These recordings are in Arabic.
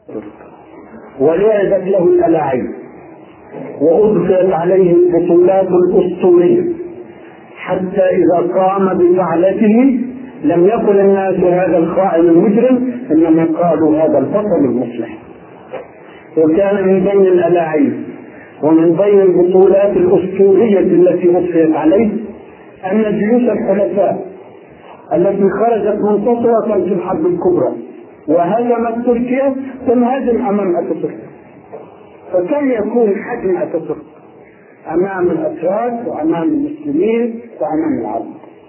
ولعبت له الألاعيب وأضفت عليه البطولات الأسطورية، حتى إذا قام بفعلته لم يقل الناس هذا الخائن المجرم، إنما قالوا هذا البطل المصلح. وكان من بين الألاعيب ومن بين البطولات الأسطورية التي أضفت عليه أن جيوش الحلفاء التي خرجت منتصرة في الحرب الكبرى وهزمت تركيا تنهزم أمام أتاتورك. فكم يكون حجم أتاتورك أمام الأتراك وأمام المسلمين وأمام العرب؟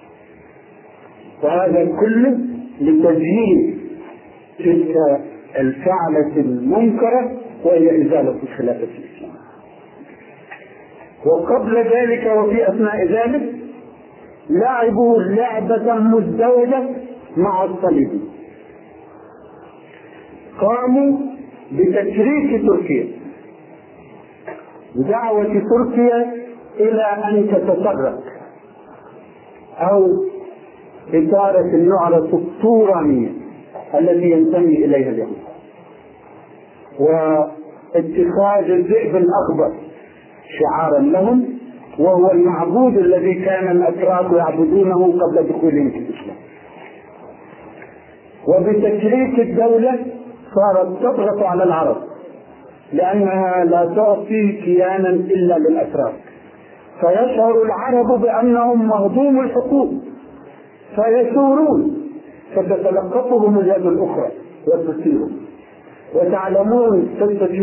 وهذا كله لتزيين تلك الفعلة المنكرة وهي إزالة الخلافة الإسلامية. وقبل ذلك وفي أثناء ذلك لعبوا لعبة مزدوجة مع الصليبيين، قاموا بتشريك تركيا، بدعوة تركيا إلى أن تتطرق أو إثارة النعرة الطورانية التي ينتمي إليها اليهود، واتخاذ الذئب الأخضر شعارا لهم، وهو المعبود الذي كان الأتراك يعبدونه قبل دخولهم في الإسلام. وبتشريك الدولة صارت تضغط على العرب لأنها لا تعطي كيانا إلا للأتراك، فيشعر العرب بأنهم مهضوم الحقوق فيثورون، فتتلقفهم اليد الأخرى وتثيرهم. وتعلمون قصة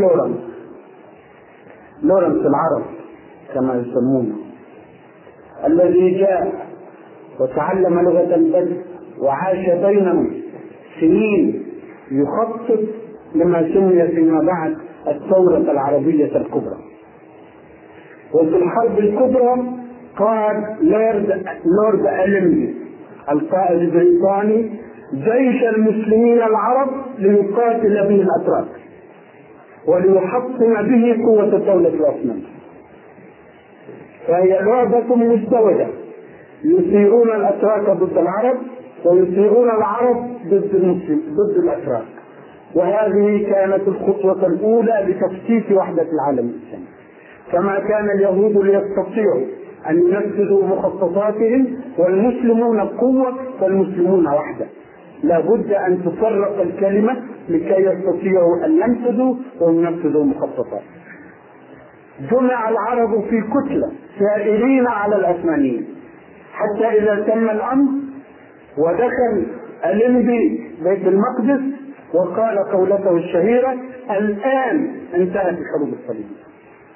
لورنس العرب كما يسمونه، الذي جاء وتعلم لغة البدو وعاش بينهم سنين يخطط لما سمي فيما بعد الثورة العربية الكبرى. وفي الحرب الكبرى قاد لورد ألمبي القائد البريطاني جيش المسلمين العرب ليقاتل به الأتراك وليحطم به قوة الدولة العثمانية. فهي لعبة مزدوجة، يثيرون الأتراك ضد العرب ويثيرون العرب ضد الأتراك. وهذه كانت الخطوة الأولى لتفكيك وحدة العالم الإسلامي. كما كان اليهود ليستطيعوا أن ينفذوا مخططاتهم والمسلمون قوة فالمسلمون وحدة، لا بد أن تفرق الكلمة لكي يستطيعوا أن ينفذوا وينفذوا مخططات. جمع العرب في كتلة سائرين على العثمانيين، حتى إذا تم الأمر ودخل ألمبي بيت المقدس وقال قولته الشهيرة: الآن انتهت الحروب الصليبية،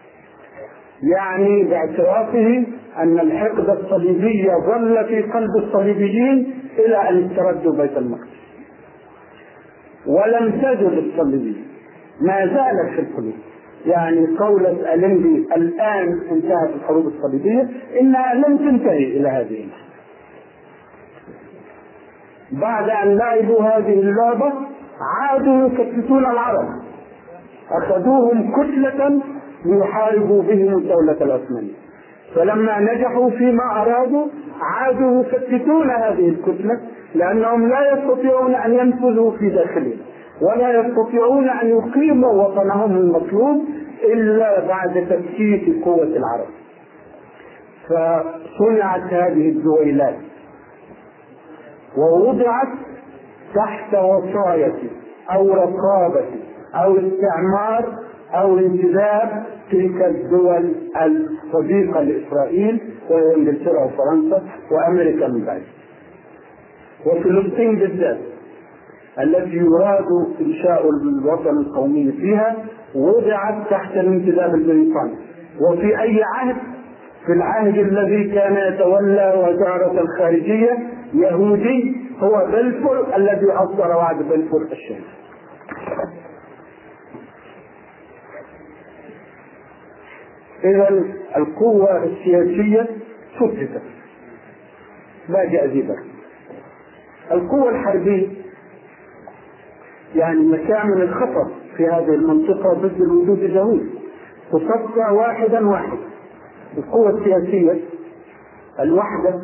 يعني باعترافه أن الحقد الصليبي ظل في قلب الصليبيين إلى أن استردوا بيت المقدس، ولم تزل الصليبيين، ما زالت في القلوب. يعني قولة ألمبي الآن انتهت الحروب الصليبية إنها لم تنتهي إلى هذه. بعد أن لعبوا هذه اللعبة عادوا يكتتون العرب، أخذوهم كتلة ليحاربوا بهم الدولة العثمانية، فلما نجحوا فيما أرادوا عادوا يكتتون هذه الكتلة، لأنهم لا يستطيعون أن ينفذوا في داخلهم ولا يستطيعون أن يقيموا وطنهم المطلوب إلا بعد تفكيك قوة العرب. فصنعت هذه الدويلات ووضعت تحت وصاية أو رقابة أو استعمار أو انتداب تلك الدول الصديقة لإسرائيل وهي إنجلترا وفرنسا وأمريكا من بعد. وفلسطين بالذات التي يراد إنشاء الوطن القومي فيها وضعت تحت الانتداب البريطاني. وفي أي عهد؟ في العهد الذي كان يتولى وزارة الخارجية يهودي هو بلفور الذي أصدر وعد بلفور الشهير. إذا القوة السياسية فتتت باقي أذيبا. القوة الحربية يعني مكامن الخطر في هذه المنطقة ضد الوجود اليهودي تصفى واحدا واحدا. القوة السياسية الوحدة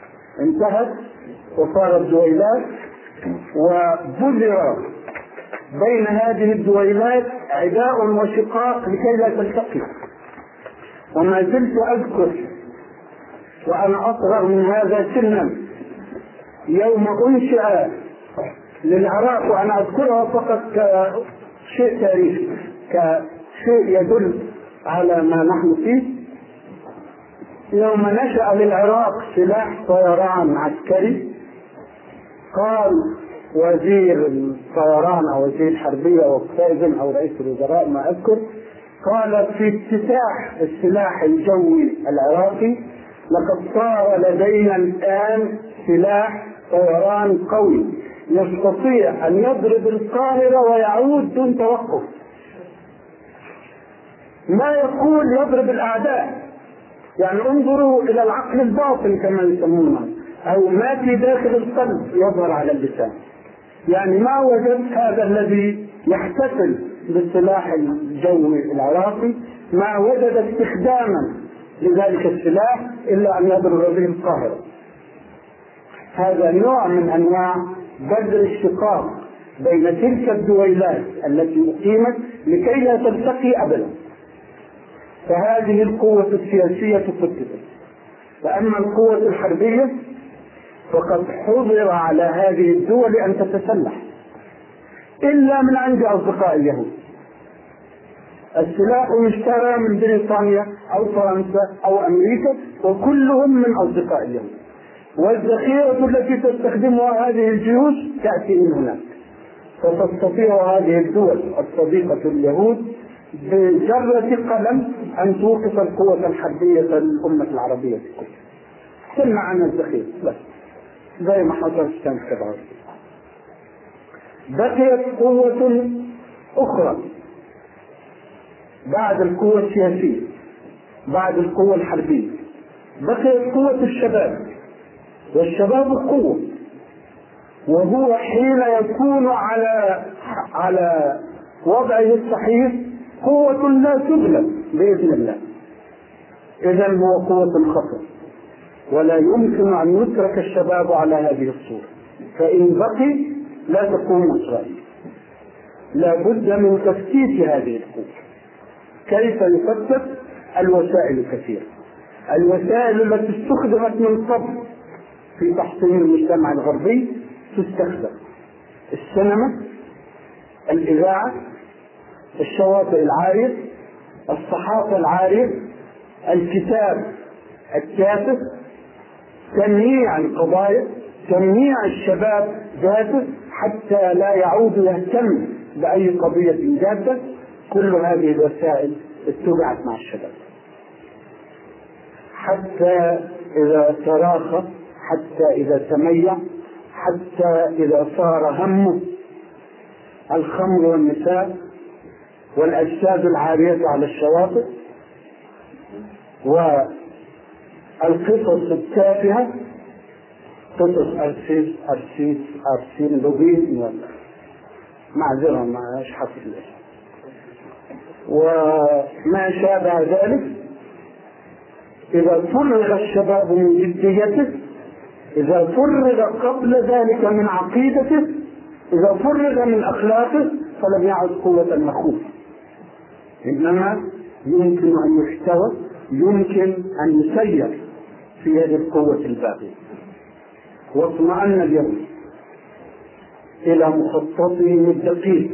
انتهت وصارت دويلات، وبذر بين هذه الدويلات عداء وشقاق لكي لا تلتقي. وما زلت أذكر وأنا أصغر من هذا سنا يوم أنشأ للعراق، وأنا أذكرها فقط كشيء تاريخي، كشيء يدل على ما نحن فيه. يوم نشأ للعراق سلاح طيران عسكري، قال وزير الطيران أو وزير الحربية أو الخازن أو رئيس الوزراء ما أذكر، قال في افتتاح السلاح الجوي العراقي: لقد صار لدينا الآن سلاح طيران قوي يستطيع أن يضرب القاهرة ويعود دون توقف. ما يقول يضرب الأعداء، يعني انظروا إلى العقل الباطن كما يسمونه، أو ما في داخل القلب يظهر على اللسان. يعني ما وجدت هذا الذي يحتفل بالسلاح الجوي العراقي ما وجد استخداما لذلك السلاح إلا أن يضرب به القاهرة. هذا نوع من أنواع بذر الشقاق بين تلك الدويلات التي أقيمت لكي لا تلتقي أبدا. فهذه القوة السياسية فتت. فأما القوة الحربية فقد حظر على هذه الدول أن تتسلح إلا من عند أصدقاء اليهود. السلاح يشترى من بريطانيا أو فرنسا أو أمريكا وكلهم من أصدقاء اليهود، والذخيرة التي تستخدمها هذه الجيوش تأتي من هناك. فتستطيع هذه الدول الصديقة اليهود بجرة قلم أن توقف القوة الحربية للأمة العربية كلها. تمنع عن الذخيرة بس، زي ما حصل في سنة 27. بقيت قوة أخرى بعد القوة السياسية، بعد القوة الحربية، بقيت قوة الشباب. والشباب قوة، وهو حين يكون على وضعه الصحيح قوة لا تغلب بإذن الله. إذن هو قوة خطر، ولا يمكن أن يترك الشباب على هذه الصورة. فإن بقي لا تقوم إسرائيل. لا بد من تفتيت هذه القوة. كيف يفتت؟ الوسائل كثيرة. الوسائل التي استخدمت من قبل في تحطيم المجتمع الغربي تستخدم: السينما، الإذاعة، الشواطئ العارية، الصحافة العارية، الكتاب التافه، تمييع القضايا، تمييع الشباب ذاته حتى لا يعود يهتم بأي قضية جادة. كل هذه الوسائل اتبعت مع الشباب حتى إذا تراخى، حتى إذا تميع، حتى إذا صار همه الخمر والنساء والأجساد العارية على الشواطئ والقصص التافهة، قصص أرسين لوبين معذرة ما أشحف الاسم وما شابه ذلك. إذا فرغ الشباب من جديته، إذا فرغ قبل ذلك من عقيدته، إذا فرغ من أخلاقه، فلم يعد قوة مخوفة، إنما يمكن أن يحتوى، يمكن أن يسير في هذه القوة الباقية. واطمأن اليوم إلى مخططهم الدقيق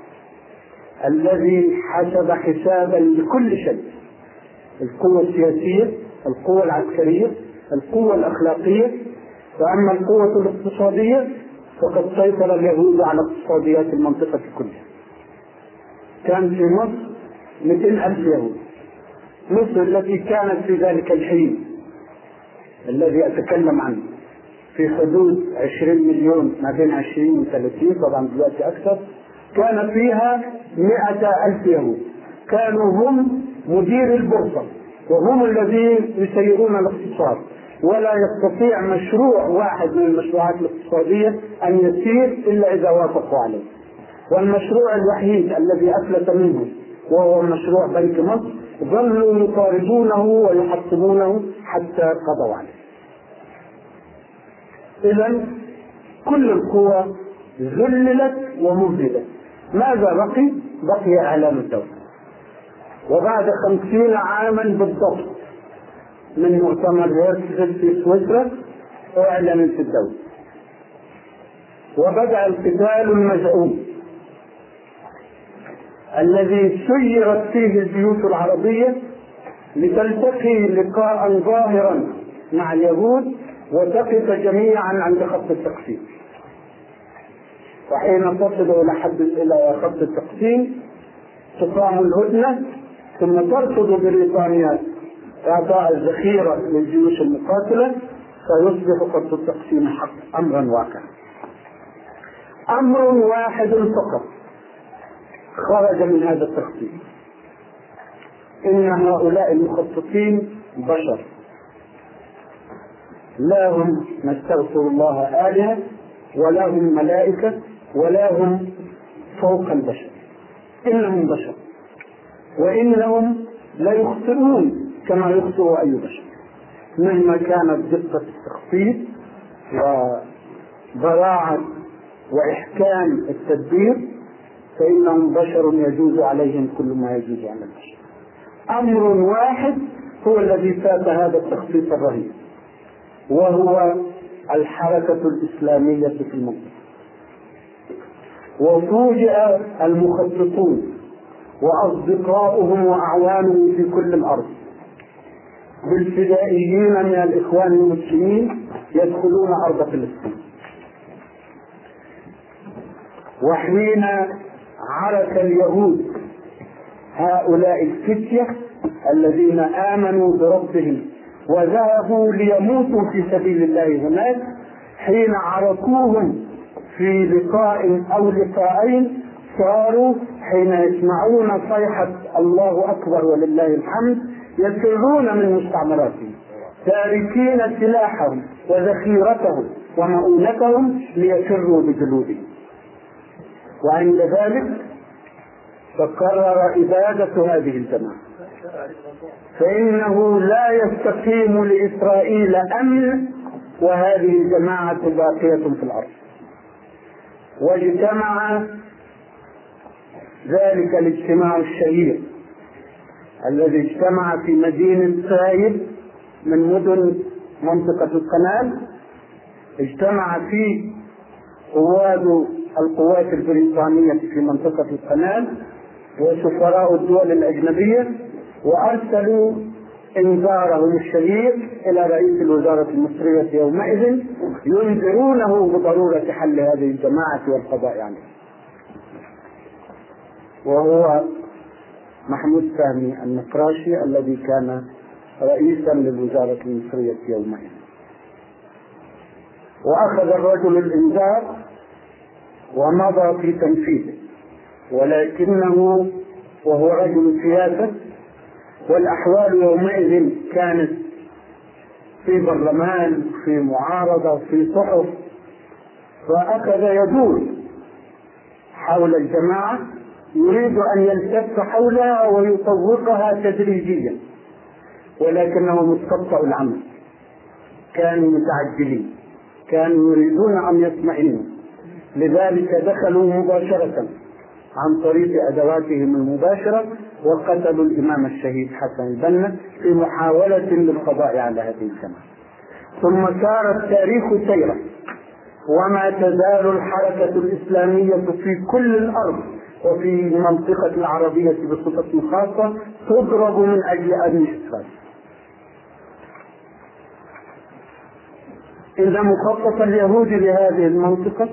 الذي حسب حسابا لكل شيء: القوة السياسية، القوة العسكرية، القوة الأخلاقية. فأما القوة الاقتصادية فقد سيطر اليهود على اقتصاديات المنطقة كلها. كان في مصر 200,000 يهود. مصر التي كانت في ذلك الحين الذي أتكلم عنه في حدود 20 مليون، ما بين 20 و 30، طبعا دلوقتي أكثر، كان فيها 100,000 يهود. كانوا هم مدير البورصة وهم الذين يسيرون الاقتصاد، ولا يستطيع مشروع واحد من المشروعات الاقتصادية أن يسير إلا إذا وافقوا عليه. والمشروع الوحيد الذي أفلت منه وهو مشروع بنك مصر ظلوا يطاردونه ويحطمونه حتى قضوا عليه. إذن كل القوى ذللت ومهدلت. ماذا بقي؟ بقي إعلان الدولة. وبعد 50 عاما بالضبط من مؤتمر هيرتزل في سويسرا أعلنت الدولة، وبدأ القتال المزعوم الذي سيرت فيه الجيوش العربية لتلتقي لقاء ظاهرا مع اليهود وتقف جميعا عند خط التقسيم. وحين تصل إلى خط التقسيم تقام الهدنة، ثم ترفض بريطانيا إعطاء الذخيرة للجيوش المقاتلة، فيصبح خط التقسيم حق أمرا واقعا. أمر واحد فقط خرج من هذا التقسيم، إن هؤلاء المخططين بشر، لا هم نستغفر الله آلهة ولا هم ملائكة ولا هم فوق البشر، إنهم بشر، وإنهم لا يخطئون كما يخطئ أي بشر مهما كانت دقة التخطيط وبراعة وإحكام التدبير، فإنهم بشر يجوز عليهم كل ما يجوز على البشر. أمر واحد هو الذي فات هذا التخطيط الرهيب، وهو الحركة الإسلامية في المنطقة. وفوجئ المخططون وأصدقاؤهم وأعوانهم في كل الأرض بالفدائيين من الإخوان المسلمين يدخلون أرض فلسطين. وحين عرف اليهود هؤلاء الفتية الذين آمنوا بربهم وذهبوا ليموتوا في سبيل الله هناك، حين عرفوهم في لقاء أو لقاءين صاروا حين يسمعون صيحة الله أكبر ولله الحمد يفرون من مستعمراتهم تاركين سلاحهم وذخيرتهم ومؤونتهم ليفروا بجلودهم. وعند ذلك فقرر إبادة هذه الجماعة، فإنه لا يستقيم لإسرائيل أمن وهذه الجماعة باقية في الأرض. واجتمع ذلك الاجتماع الشهير الذي اجتمع في مدينة سايب من مدن منطقة القنال، اجتمع فيه قواد القوات البريطانية في منطقة القنال وسفراء الدول الأجنبية، وأرسلوا إنذارهم الشهير إلى رئيس الوزارة المصرية يومئذ ينذرونه بضرورة حل هذه الجماعة والقضاء عليها، وهو محمود فهمي النقراشي الذي كان رئيسا للوزارة المصرية يومئذ. وأخذ الرجل الإنذار ومضى في تنفيذه، ولكنه وهو رجل سياسة والأحوال يومئذ كانت في برلمان في معارضة في صحف، فأخذ يدور حول الجماعة يريد أن يلتف حولها ويطوقها تدريجيا، ولكنه مستبطأ العمل، كانوا متعجلين، كانوا يريدون أن يطمئنوا، لذلك دخلوا مباشرة عن طريق أدواتهم المباشرة وقتلوا الإمام الشهيد حسن البنا في محاولة للقضاء على هذه الجماعة. ثم سار التاريخ سيرا، وما تزال الحركة الإسلامية في كل الأرض وفي المنطقة العربية بصفة خاصة تضرب من أجل أمن إسرائيل. إذا مخطط اليهود لهذه المنطقة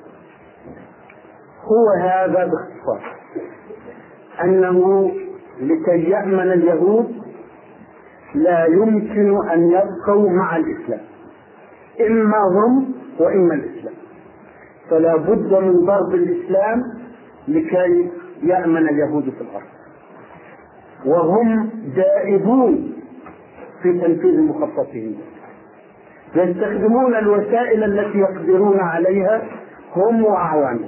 هو هذا باختصار، أنه لكي يأمن اليهود لا يمكن أن يبقوا مع الإسلام، إما هم وإما الإسلام، فلا بد من ضرب الإسلام لكي يأمن اليهود في الأرض. وهم دائبون في تنفيذ مخططهم، يستخدمون الوسائل التي يقدرون عليها هم وأعوانهم.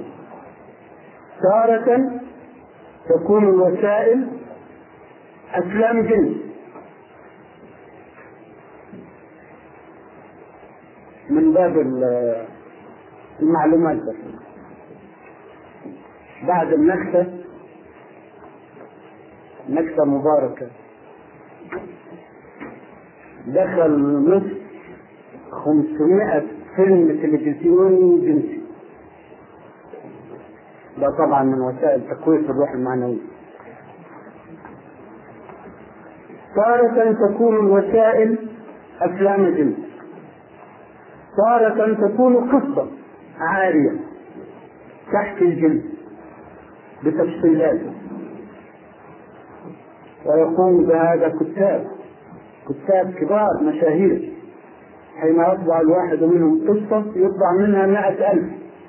تارة تكون الوسائل أسلام جنس من باب المعلومات، بعد النكسة، نكسة مباركة، دخل مصر 500 فيلم تلفزيوني جنسي. ده طبعا من وسائل تقوية الروح المعنوية. تارة تكون الوسائل أفلام جنس، تارة تكون قصة عارية تحكي الجنس بتفصيلاته، ويقوم بهذا كتاب كبار مشاهير، حين يطبع الواحد منهم قصة يطبع منها 100,000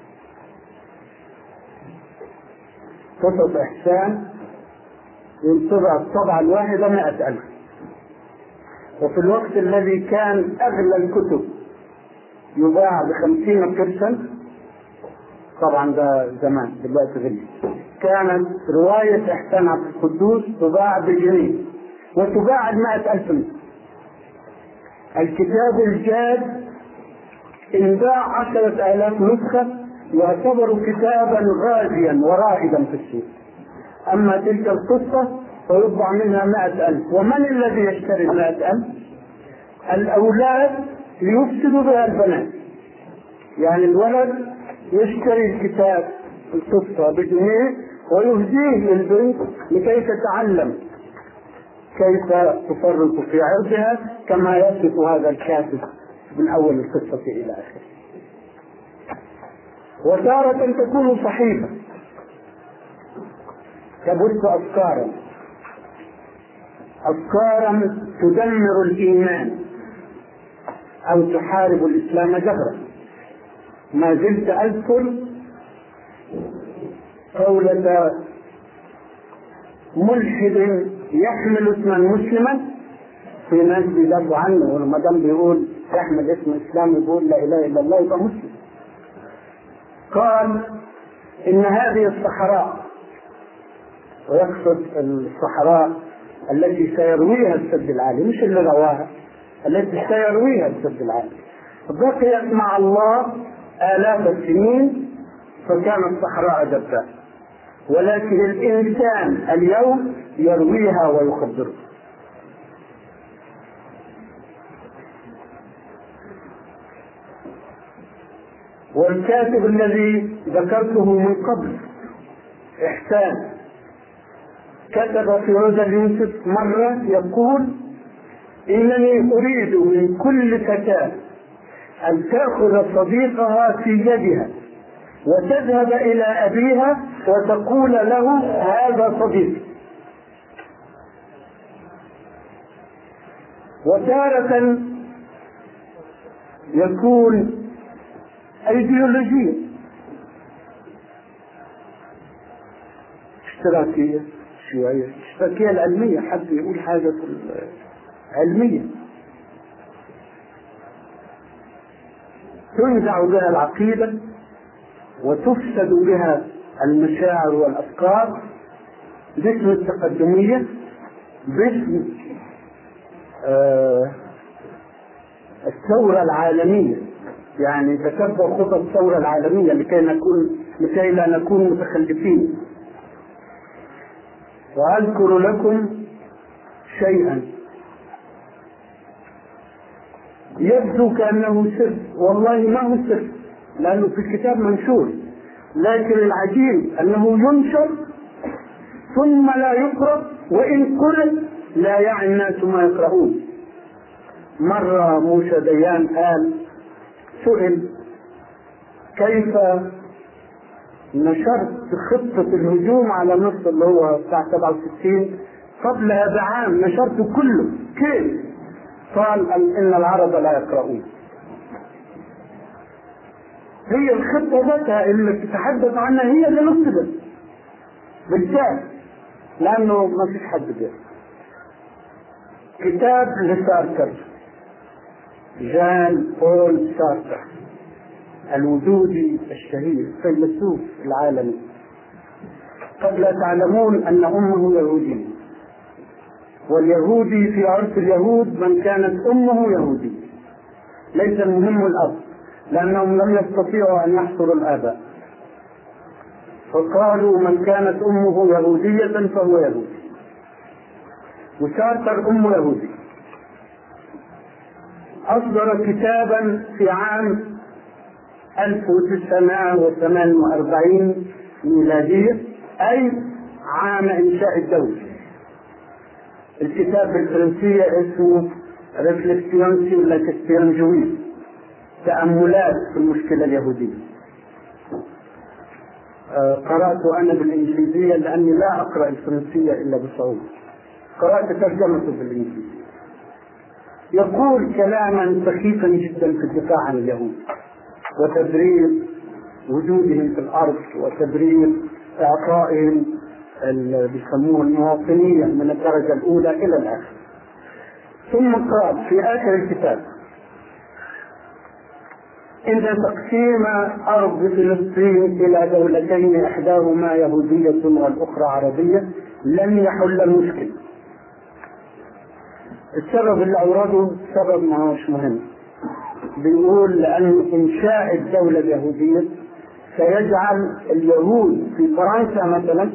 قصص إحسان، ينطبع الطبعة الواحدة 100,000. وفي الوقت الذي كان أغلى الكتب يباع ب50 قرشا، طبعا ده زمان دلوقتي غلي، كانت رواية إحسان عبد القدوس تباع بجنيه وتباع 100,000 مثل. الكتاب الجاد انباع 10,000 نسخة، يعتبر كتابا غازيا ورائدا في السوق. أما تلك القصة فيطبع منها 100,000. ومن الذي يشتري 100,000؟ الأولاد ليفسدوا بها البنات. يعني الولد يشتري الكتاب القصة بجنيه ويهديه للبنت لكي تتعلم كيف تفرط في عرضها، كما يصف هذا الكاتب من أول القصة إلى آخره. وتارة تكون صحيفة تبث أفكارا تدمر الإيمان أو تحارب الإسلام جهرا. ما زلت أذكر قولة ملحد يحمل اسما مسلما، في ناس بيدافعوا عنه، ولما دام بيقول يحمل اسم اسلام يقول لا اله الا الله يبقى مسلم. قال ان هذه الصحراء، ويقصد الصحراء التي سيرويها السد العالي، مش اللي رواها، التي سيرويها السد العالي، بقيت مع الله آلاف السنين فكانت صحراء جداء، ولكن الإنسان اليوم يرويها ويخبرها. والكاتب الذي ذكرته من قبل إحسان كتب في روزا يوسف مرة يقول: إنني أريد من كل فتاة أن تأخذ صديقها في يدها وتذهب إلى أبيها وتقول له هذا صديقي. وتارة يكون أيديولوجية اشتراكية شوية، اشتراكية العلمية، حد يقول حاجة علمية تنزع بها العقيدة وتفسد بها المشاعر والأفكار باسم التقدمية، باسم الثورة العالمية. يعني تتبع خطط الثورة العالمية لكي لا نكون متخلفين. وأذكر لكم شيئا يبدو كأنه سر، والله ما هو سر لأنه في الكتاب منشور، لكن العجيب أنه ينشر ثم لا يقرأ، وإن قرأ لا يعني الناس ما يقرؤون. مرة موسى ديان قال، سئل كيف نشرت خطة الهجوم على مصر اللي هو بتاع 67 قبلها بعام، نشرته كله كيف؟ قال إن العرب لا يقرؤون. هي الخطة ذاتها اللي تتحدث عنها هي اللي نصبت بالذات، لأنه ما فيش حد بيها. كتاب لسارتر، جان بول سارتر الوجودي الشهير فيلسوف العالمي. قد لا تعلمون أن أمه يهودية، واليهودي في عرف اليهود من كانت أمه يهودية، ليس المهم الأب لأنهم لم يستطيعوا أن يحصروا الآباء. فقالوا من كانت أمه يهودية فهو يهودي، وشارتر أمه يهودي. أصدر كتابا في عام 1948 ميلادية، أي عام إنشاء الدولة. الكتاب بالفرنسية اسمه ريفلكسيون سور لا كيستيون جويف، تأملات في المشكلة اليهودية. قرأته أنا بالإنجليزية لأني لا أقرأ الفرنسية إلا بصعوبة، قرأت ترجمته بالإنجليزية. يقول كلاما سخيفا جدا في الدفاع عن اليهود وتبرير وجودهم في الأرض وتبرير إعطائهم اللي بيسموه المواطنية من الدرجة الأولى إلى الآخر. ثم قال في آخر الكتاب: إن تقسيم أرض فلسطين إلى دولتين إحداهما يهودية والأخرى عربية لن يحل المشكلة. السبب اللي أورده سبب مش مهم، بيقول لأن إنشاء الدولة اليهودية سيجعل اليهود في فرنسا مثلا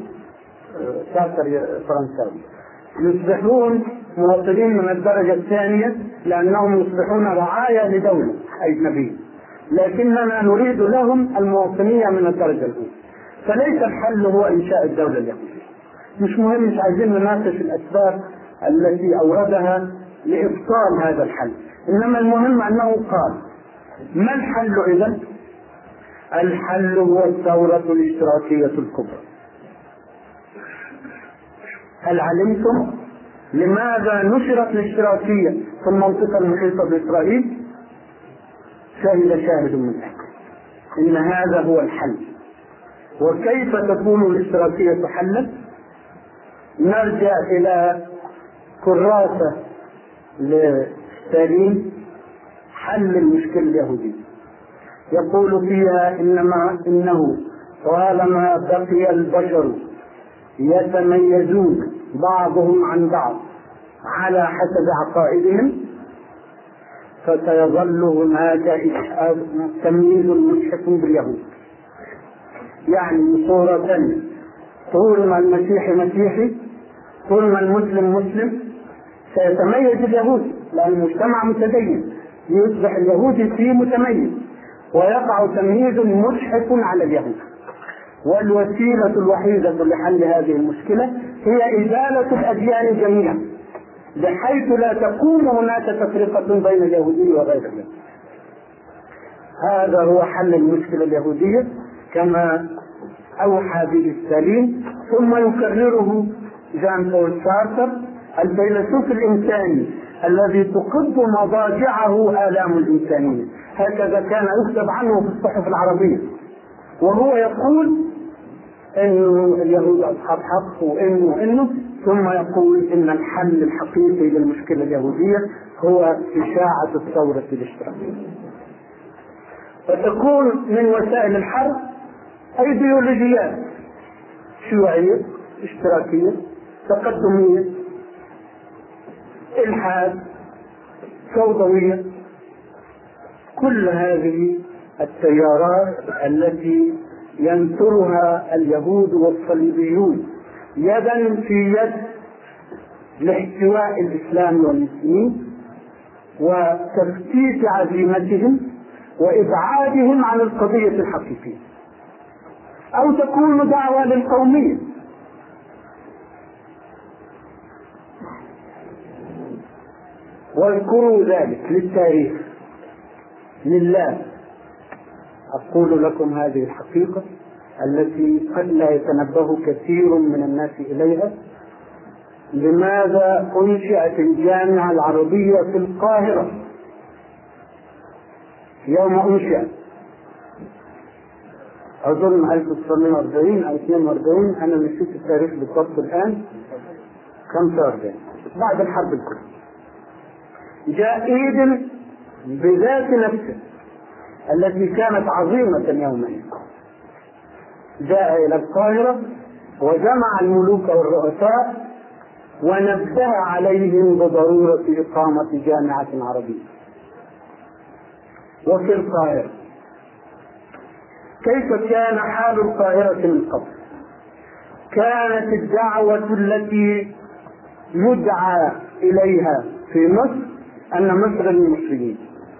فرنساوي يصبحون مواطنين من الدرجة الثانية، لأنهم يصبحون رعايا لدولة أجنبية، لكننا نريد لهم المواطنية من الدرجة الأولى. فليس الحل هو إنشاء الدولة اليهودية. مش مهم، مش عايزين نناقش الأسباب التي أوردها لإبطال هذا الحل، إنما المهم أنه قال: ما الحل إذن؟ الحل هو الثورة الاشتراكية الكبرى. هل علمتم لماذا نشرت الاشتراكية في المنطقة المحيطة بإسرائيل؟ شاهد من أهل إن هذا هو الحل. وكيف تكون الاشتراكية حلا؟ نرجع إلى كراسة لستالين حل المشكلة اليهودية، يقول فيها: إنه طالما بقي البشر يتميزون بعضهم عن بعض على حسب عقائدهم فسيظل هناك تمييز مشحف باليهود. يعني صورة ثانية، طول ما المسيحي مسيحي، طول ما المسلم مسلم، سيتميز اليهود، لأن المجتمع متدين يصبح اليهودي فيه متميز ويقع تمييز مشحف على اليهود. والوسيلة الوحيدة لحل هذه المشكلة هي إزالة الأديان جميعا، بحيث لا تكون هناك تفرقة بين اليهودي وغير اليهودي. هذا هو حل المشكلة اليهودية كما أوحى به ستالين، ثم يكرره جان بول سارتر الفيلسوف الإنساني الذي تقض مضاجعه آلام الإنسانية. هكذا كان يكتب عنه في الصحف العربية، وهو يقول إنه اليهود أصحاب حق وإنه ثم يقول إن الحل الحقيقي للمشكلة اليهودية هو إشاعة الثورة الاشتراكية. فتكون من وسائل الحرب أيديولوجيات شيوعية، اشتراكية، تقدمية، إلحاد، فوضوية. كل هذه التيارات التي ينثرها اليهود والصليبيون يدا في يد لاحتواء الإسلام والمسلمين وتفتيت عزيمتهم وإبعادهم عن القضية الحقيقية، أو تكون دعوة للقومية. واذكروا ذلك للتاريخ، لله أقول لكم هذه الحقيقة التي قد لا يتنبه كثير من الناس إليها. لماذا أنشئت الجامعة العربية في القاهرة يوم أنشئت؟ أظن 1940 أو 42، أنا نسيت التاريخ بالضبط الآن، 45 بعد الحرب الكبرى. جاء إيدن بذات نفسه التي كانت عظيمة يومئذ، جاء إلى القاهرة وجمع الملوك والرؤساء ونبه عليهم بضرورة إقامة جامعة عربية وفي القاهرة. كيف كان حال القاهرة من قبل؟ كانت الدعوة التي يدعى إليها في مصر أن مصر للمسلمين،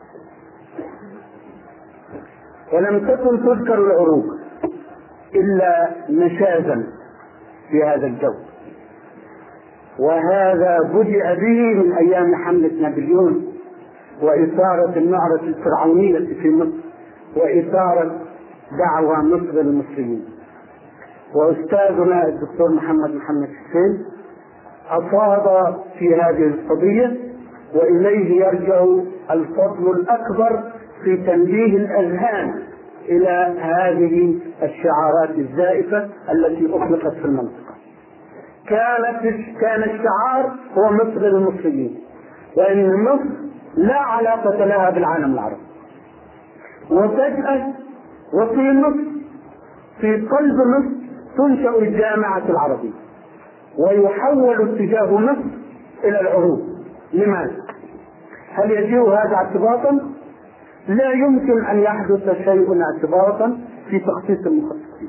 ولم تكن تذكر العروق إلا نشازا في هذا الجو. وهذا بدأ به من أيام حملة نابليون وإثارة النعرة الفرعونية في مصر وإثارة دعوى مصر للمسلمين. وأستاذنا الدكتور محمد حسين أفاض في هذه القضية، وإليه يرجع الفضل الأكبر في تنبيه الأذهان إلى هذه الشعارات الزائفة التي أطلقت في المنطقة. كان الشعار هو مصر للمسلمين، وإن مصر لا علاقة لها بالعالم العربي. وفجأة وفي مصر في قلب مصر تنشأ الجامعة العربية، ويحول اتجاه مصر إلى العروض. لماذا؟ هل يجيء هذا اعتباطا؟ لا يمكن أن يحدث شيء اعتباطا في تخصيص المخصصين،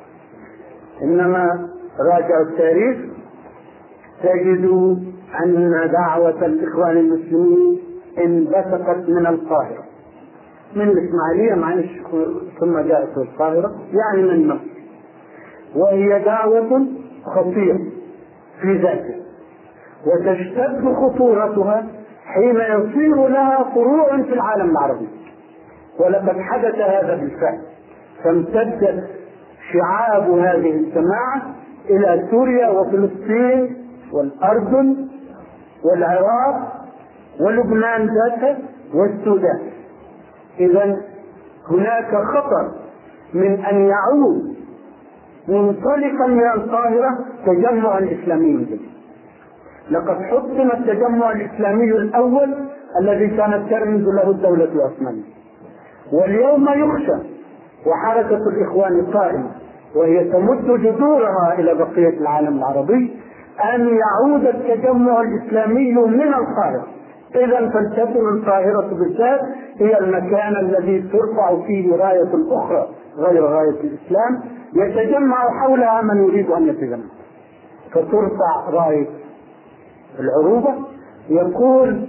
إنما راجع التاريخ تجد أن دعوة الإخوان المسلمين انبثقت من القاهرة، من الإسماعيلية معلش ثم جاءت القاهرة، يعني من مصر، وهي دعوة خطيرة في ذاته، وتشتد خطورتها حين يصير لها فروع في العالم العربي. ولقد حدث هذا بالفعل، فامتدت شعاب هذه الجماعة إلى سوريا وفلسطين والأردن والعراق ولبنان ذاته والسودان. إذن هناك خطر من أن يعود منطلقا من القاهرة تجمع إسلامي جديد. لقد حطم التجمع الإسلامي الأول الذي كانت ترمز له الدولة العثمانية، واليوم يخشى وحركة الإخوان قائمة وهي تمد جذورها إلى بقية العالم العربي أن يعود التجمع الإسلامي من القاهرة. إذا فلتكن القاهرة بالذات هي المكان الذي ترفع فيه راية أخرى غير راية الإسلام، يتجمع حولها من يريد أن يتجمع، فترفع راية العروبة. يقول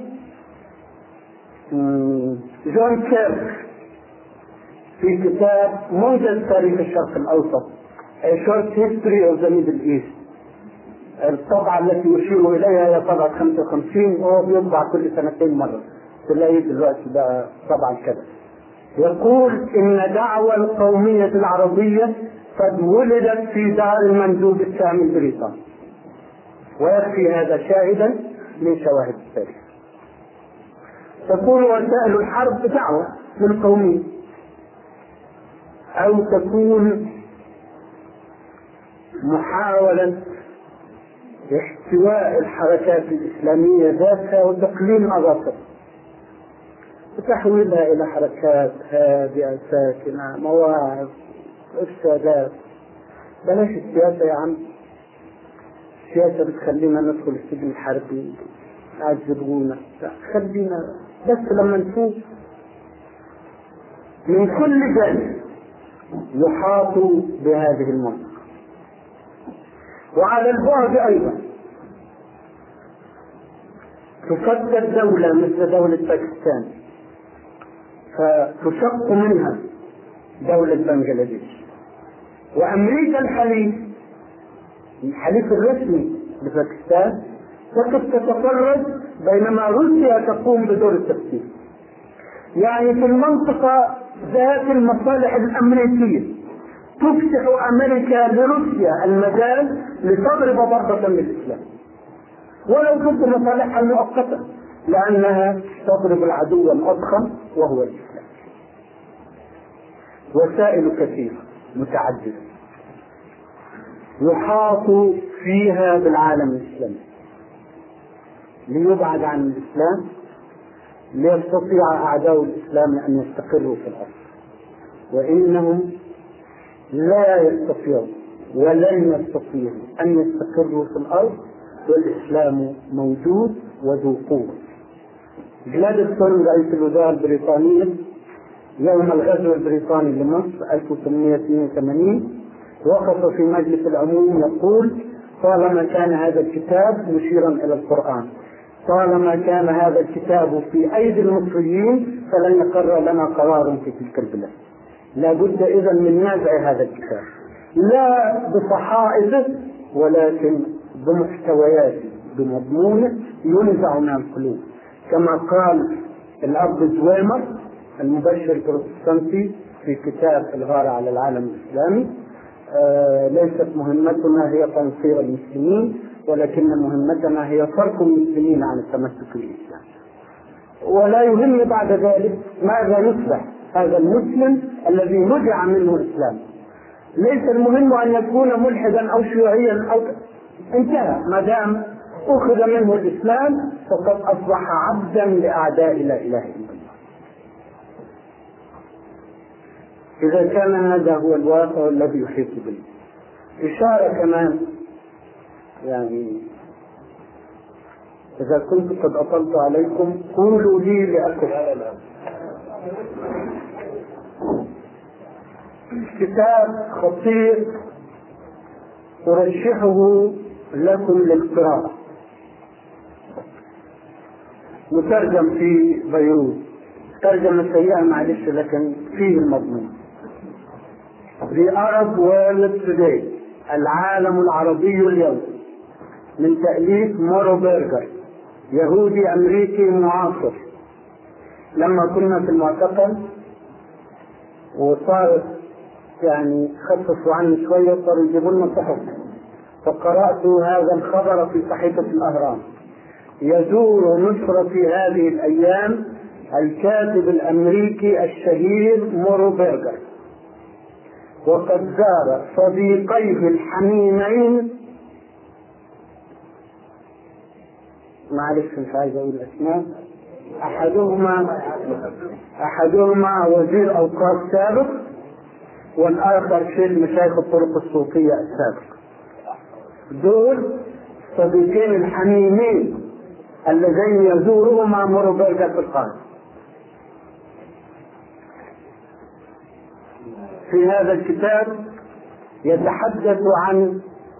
جون كيرك في كتاب موجز تاريخ الشرق الأوسط A Short History of the Middle East، الطبعة التي يشير إليها هي طبعة 55 وهو بيطبع كل سنتين مرة، تلاقي دلوقتي بقى طبعا كذا. يقول إن دعوى القومية العربية قد ولدت في دار المندوب السامي البريطاني، ويكفي هذا شاهدا من شواهد التاريخ. تكون وسائل الحرب دعوة للقومية، أو تكون محاولة احتواء الحركات الإسلامية ذاتها وتقليل أظافرها وتحويلها إلى حركات هادئة ساكنة، مواعظ، إرشادات. بلاش السياسة يا عم، السياسة بتخلينا ندخل السجن الحربي، يعذبونا، خلينا بس لما نشوف من كل جانب يحاط بهذه المنطقة. وعلى البعد أيضا تفكر دولة مثل دولة باكستان، فتشق منها دولة بنغلاديش، وأمريكا الحليف الرسمي لباكستان تقف تتفرج بينما روسيا تقوم بدور التفكير. يعني في المنطقة ذات المصالح الأمريكية تفتح أمريكا لروسيا المجال لتضرب ضربة بالإسلام، ولو ضد مصالحها المؤقتة، لأنها تضرب العدو الأضخم وهو الإسلام. وسائل كثيرة متعددة يحاط فيها بالعالم الإسلامي ليبعد عن الإسلام، ليستطيع أعداء الإسلام أن يستقروا في الأرض، وإنهم لا يستطيعوا ولن يستطيعوا أن يستقروا في الأرض والإسلام موجود وذو قوة. جلادستون رئيس الوزراء البريطاني يوم الغزو البريطاني لمصر 1882 وقف في مجلس العموم يقول: طالما كان هذا الكتاب مشيرا إلى القرآن، طالما كان هذا الكتاب في أيدي المصريين فلن يقر لنا قرار في تلك البلاد. لا بد إذن من نزع هذا الكتاب، لا بصحائفه ولكن بمحتوياته، بمضمونه ينزع من القلوب، كما قال الأب زويمر المبشر البروتستانتي في كتاب الغارة على العالم الإسلامي: ليست مهمتنا هي تنصير المسلمين، ولكن مهمتنا هي صرف المسلمين عن التمسك بالإسلام. ولا يهم بعد ذلك ماذا يصبح هذا المسلم الذي نزع منه الإسلام. ليس المهم أن يكون ملحدا أو شيوعيا أو انتهى، ما دام أخذ منه الإسلام فقد أصبح عبدا لأعداء لا إله إلا الله. إذا كان هذا هو الواقع الذي يحيط به. إشارة كمان، يعني إذا كنت قد أطلت عليكم قولوا لي لأكل. كتاب خطير أرشحه لكم للقراءة، مترجم في بيروت، ترجمة سيئة معلش لكن فيه المضمون. The Arab World Today، العالم العربي اليوم، من تأليف مورو بيرجر، يهودي أمريكي معاصر. لما كنا في المعتقل وصار يعني خففوا عني شوية صاروا يجيبوا لنا صحف، فقرأت هذا الخبر في صحيفة الأهرام: يزور مصر في هذه الأيام الكاتب الأمريكي الشهير مورو بيرجر، وقد زار صديقيه الحميمين، معلش مش عايز أقول الأسماء، أحدهما وزير أوقاف سابق والآخر شيخ مشايخ الطرق الصوفية السابق. دول صديقين الحميمين اللذين يزورهما مورو بيرجر في القاهرة. في هذا الكتاب يتحدث عن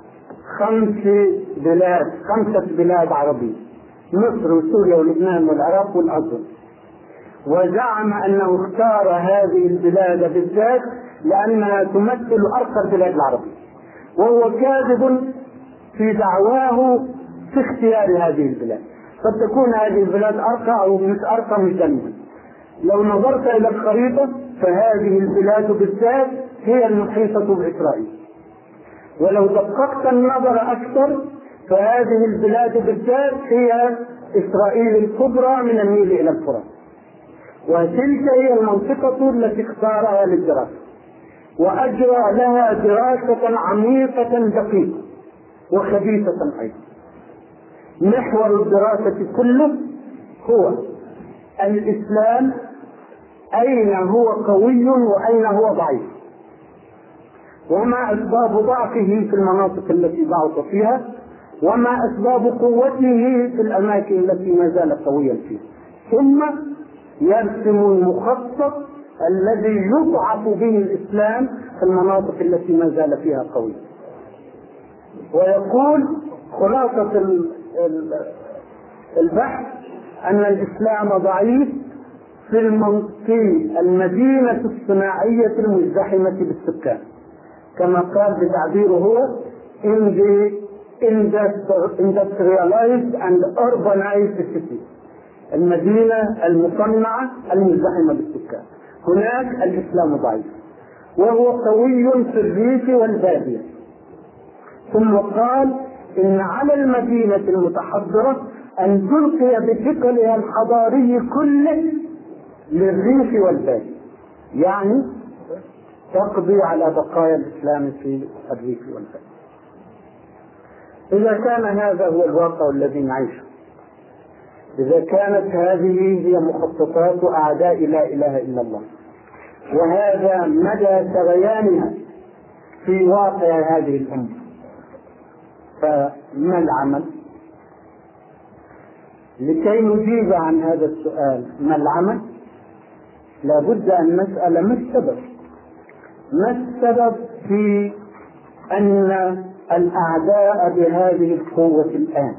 5 بلاد عربية: مصر وسوريا ولبنان والعراق والأردن، وزعم أنه اختار هذه البلاد بالذات لأنها تمثل أرقى البلاد العربية، وهو كاذب في دعواه في اختيار هذه البلاد. قد تكون هذه البلاد أرقى أو مش أرقى مسلمة. لو نظرت إلى الخريطة فهذه البلاد بالذات هي المحيطة بإسرائيل، ولو دققت النظر أكثر فهذه البلاد بالذات هي إسرائيل الكبرى من النيل إلى الفرات، وتلك هي المنطقة التي اختارها للدراسة، وأجرى لها دراسة عميقة دقيقة وخبيثة أيضا. محور الدراسة كله هو الإسلام، أين هو قوي وأين هو ضعيف، وما أسباب ضعفه في المناطق التي ضعف فيها، وما أسباب قوته في الأماكن التي ما زال قويا فيها، ثم يرسم المخطط الذي يضعف به الإسلام في المناطق التي ما زال فيها قويا. ويقول خلاصة البحث أن الإسلام ضعيف في المدينة الصناعية المزدحمة بالسكان، كما قال بتعبيره هو in the industrialized and urbanized city، المدينة المصنعة المزدحمة بالسكان. هناك الإسلام ضعيف، وهو قوي في الريف والبادية. ثم قال إن على المدينة المتحضرة أن تلقي بثقلها الحضاري كله للريف والبادية، يعني تقضي على بقايا الإسلام في الريف والبادية. إذا كان هذا هو الواقع الذي نعيشه، إذا كانت هذه هي مخططات أعداء لا إله إلا الله، وهذا مدى سريانها في واقع هذه الأمة، فما العمل؟ لكي نجيب عن هذا السؤال ما العمل لابد أن نسأل ما السبب في أن الأعداء بهذه القوة الآن؟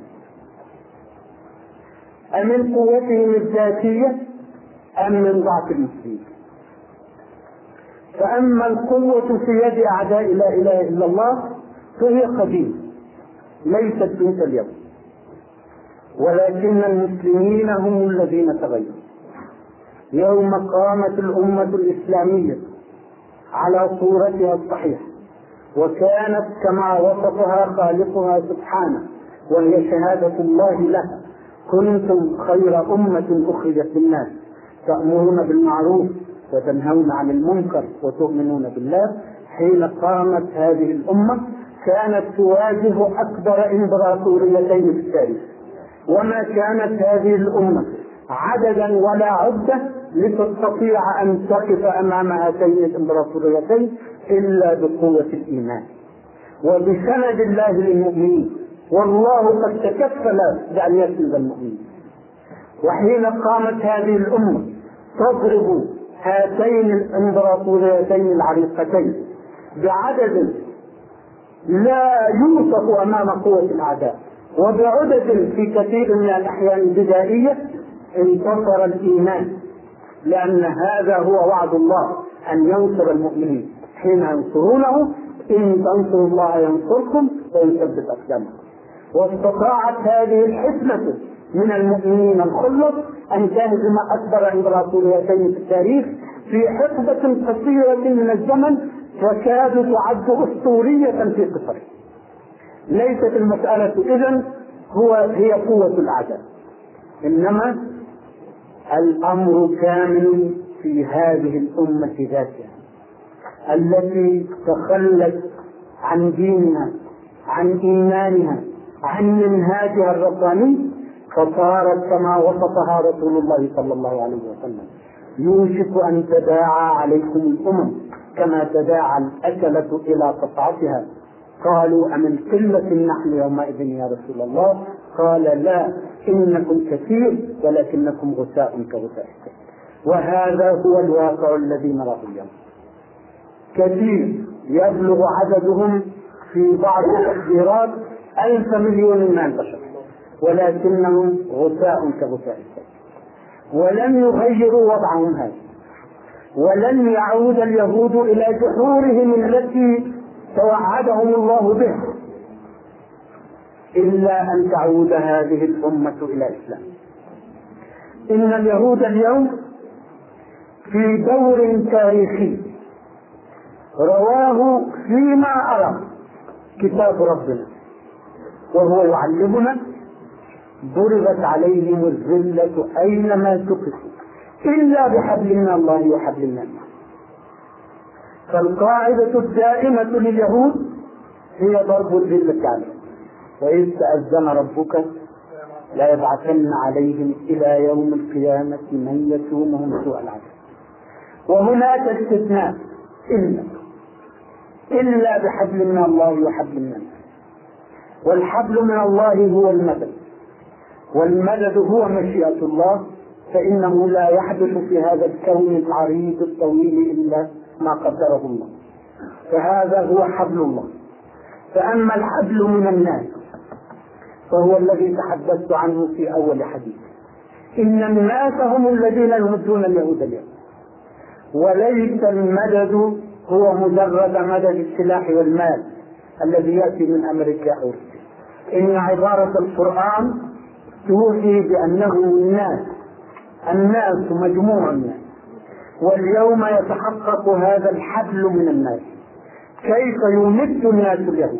أم من قوتهم الذاتية أم من ضعف المسلمين؟ فأما القوة في يد أعداء لا إله إلا الله فهي قديمة ليست منذ اليوم، ولكن المسلمين هم الذين تغيروا. يوم قامت الأمة الإسلامية على صورتها الصحيحة وكانت كما وصفها خالقها سبحانه، وهي شهادة الله لها: كنتم خير أمة أخرجت للناس تأمرون بالمعروف وتنهون عن المنكر وتؤمنون بالله. حين قامت هذه الأمة كانت تواجه أكبر إمبراطوريتين في التاريخ، وما كانت هذه الأمة عددا ولا عدة لتستطيع أن تقف أمام هاتين الإمبراطوريتين إلا بقوة الإيمان وبسند الله للمؤمنين، والله قد تكفل بأن يسند المؤمنين. وحين قامت هذه الأمة تضرب هاتين الإمبراطوريتين العريقتين بعدد لا يوصف أمام قوة الأعداء وبعدد في كثير من الأحيان بدائية، انتصر الإيمان، لأن هذا هو وعد الله أن ينصر المؤمنين حين ينصرونه: إن تنصروا الله ينصركم ويثبت أقدامكم. واستطاعت هذه الحكمة من المؤمنين الخلص أن تهزم أكبر إمبراطوريتين في التاريخ في حقبة قصيرة من الزمن تكاد تعد أسطورية في قصره. ليست المسألة إذن هي قوة الأعداء، إنما الأمر كامل في هذه الأمة ذاتها التي تخلت عن دينها، عن إيمانها، عن منهاجها الرباني، فصارت كما وصفها رسول الله صلى الله عليه وسلم: يوشك أن تداعى عليكم الأمم كما تداعى الأكلة إلى قطعتها. قالوا: أمن قلة نحن يومئذ يا رسول الله؟ قال: لا، إنكم كثير ولكنكم غثاء كغثاء السيل. وهذا هو الواقع الذي نراه اليوم. كثير يبلغ عددهم في بعض التقديرات 1,000 مليون من البشر، ولكنهم غثاء كغثاء السيل، ولن يغيروا وضعهم هذا، ولن يعود اليهود إلى جحورهم التي توعدهم الله بها إلا أن تعود هذه الأمة إلى الإسلام. إن اليهود اليوم في دور تاريخي رواه فيما أرى كتاب ربنا، وهو يعلمنا: ضربت عليهم الذلة أينما سكتوا إلا بحبل من الله وحبل من الناس. فالقاعدة الدائمة لليهود هي ضرب الذلة عليهم. وإذ تأذن ربك لا يبعثن عليهم إلى يوم القيامة من يسومهم سوء العذاب. وهناك استثناء: إلا بحبل من الله وحبل من الناس. والحبل من الله هو المدد، والمدد هو مشيئة الله، فإنه لا يحدث في هذا الكون العريض الطويل إلا ما قدره الله، فهذا هو حبل الله. فأما الحبل من الناس فهو الذي تحدثت عنه في أول حديث: إن الناس هم الذين يمدون اليهود اليوم، وليس المدد هو مجرد مدد السلاح والمال الذي يأتي من أمريكا أو روسيا. إن عبارة القرآن توحي بأنه الناس مجموع الناس، واليوم يتحقق هذا الحبل من الناس. كيف يمد الناس اليهود؟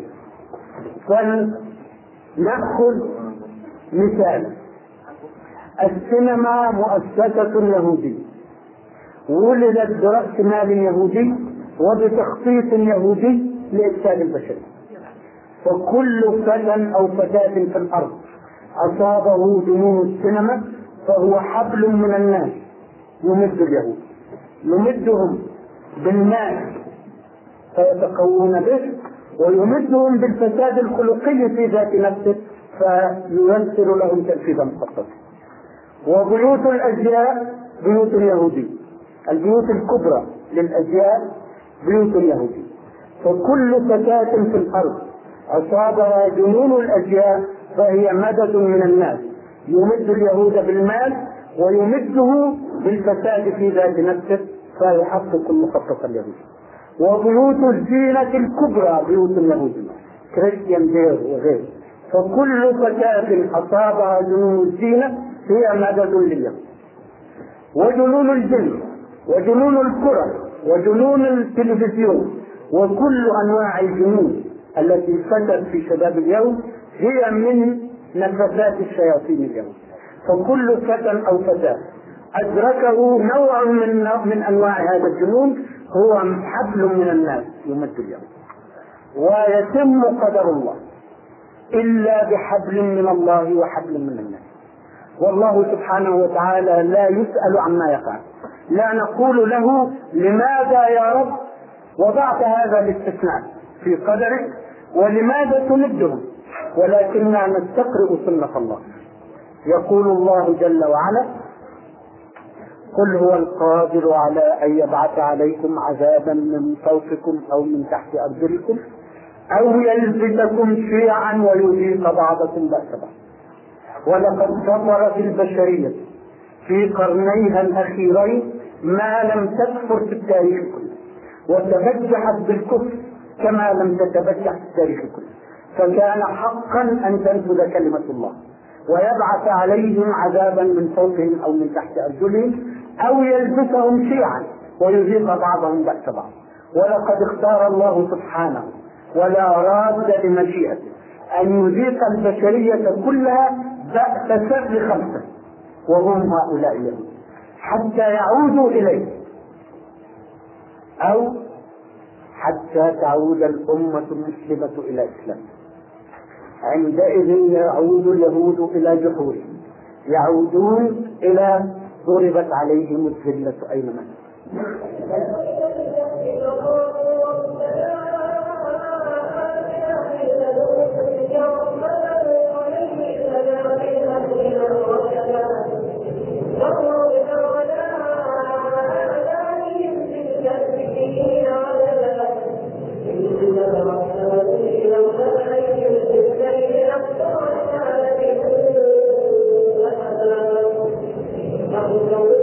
فلنأخذ مثال: السينما مؤسسة يهودية ولدت برأس مال يهودي وبتخطيط يهودي لإفساد البشرية، فكل فتى أو فتاة في الأرض أصابه جنون السينما فهو حبل من الناس يمد اليهود، يمدهم بالمال فيتقوون به، ويمدهم بالفساد الخلقي في ذات نفسه فييسر لهم تنفيذ مخطط. وبيوت الأزياء بيوت اليهودي، البيوت الكبرى للأجيال بيوت اليهود. فكل فتاة في الأرض أصابها جنون الأجيال فهي مدد من الناس، يمد اليهود بالمال ويمده بالفساد في ذات نفسه فيحقق المخطط اليهودي. وبيوت الزينة الكبرى بيوت اليهود كريستيان دير وغيره. فكل فتاة أصابها جنون الزينة هي مدد لليهود. وجنون الجن وجنون الكرة وجنون التلفزيون وكل أنواع الجنون التي فتت في شباب اليوم هي من نفثات الشياطين اليوم. فكل فتى أو فتاة أدركه نوع من أنواع هذا الجنون هو حبل من الناس يمد اليوم. ويتم قدر الله إلا بحبل من الله وحبل من الناس. والله سبحانه وتعالى لا يسأل عما يفعل. لا نقول له لماذا يا رب وضعت هذا الاستثناء في قدرك ولماذا تمدهم، ولكننا نستقرئ سنة الله. يقول الله جل وعلا: قل هو القادر على أن يبعث عليكم عذابا من فوقكم أو من تحت أرجلكم أو يلبسكم شيعا ويذيق بعضكم بأس بعض. ولقد ظهر في البشرية في قرنيها الأخيرين ما لم تكفر في التاريخ كله، وتبجحت بالكفر كما لم تتبجح في التاريخ كله. فكان حقا أن تنفذ كلمة الله ويبعث عليهم عذابا من فوقهم أو من تحت أرجلهم أو يلبسهم شيعا ويذيق بعضهم بأس بعض. ولقد اختار الله سبحانه ولا راد لمشيئته أن يذيق البشرية كلها بأس شر خمسة وهم هؤلاء اليهود حتى يعودوا إليه أو حتى تعود الأمة المسلمة إلى الإسلام. عندئذ يعود اليهود إلى جحورهم، يعودون إلى ضربت عليهم الذلة أينما. Thank you.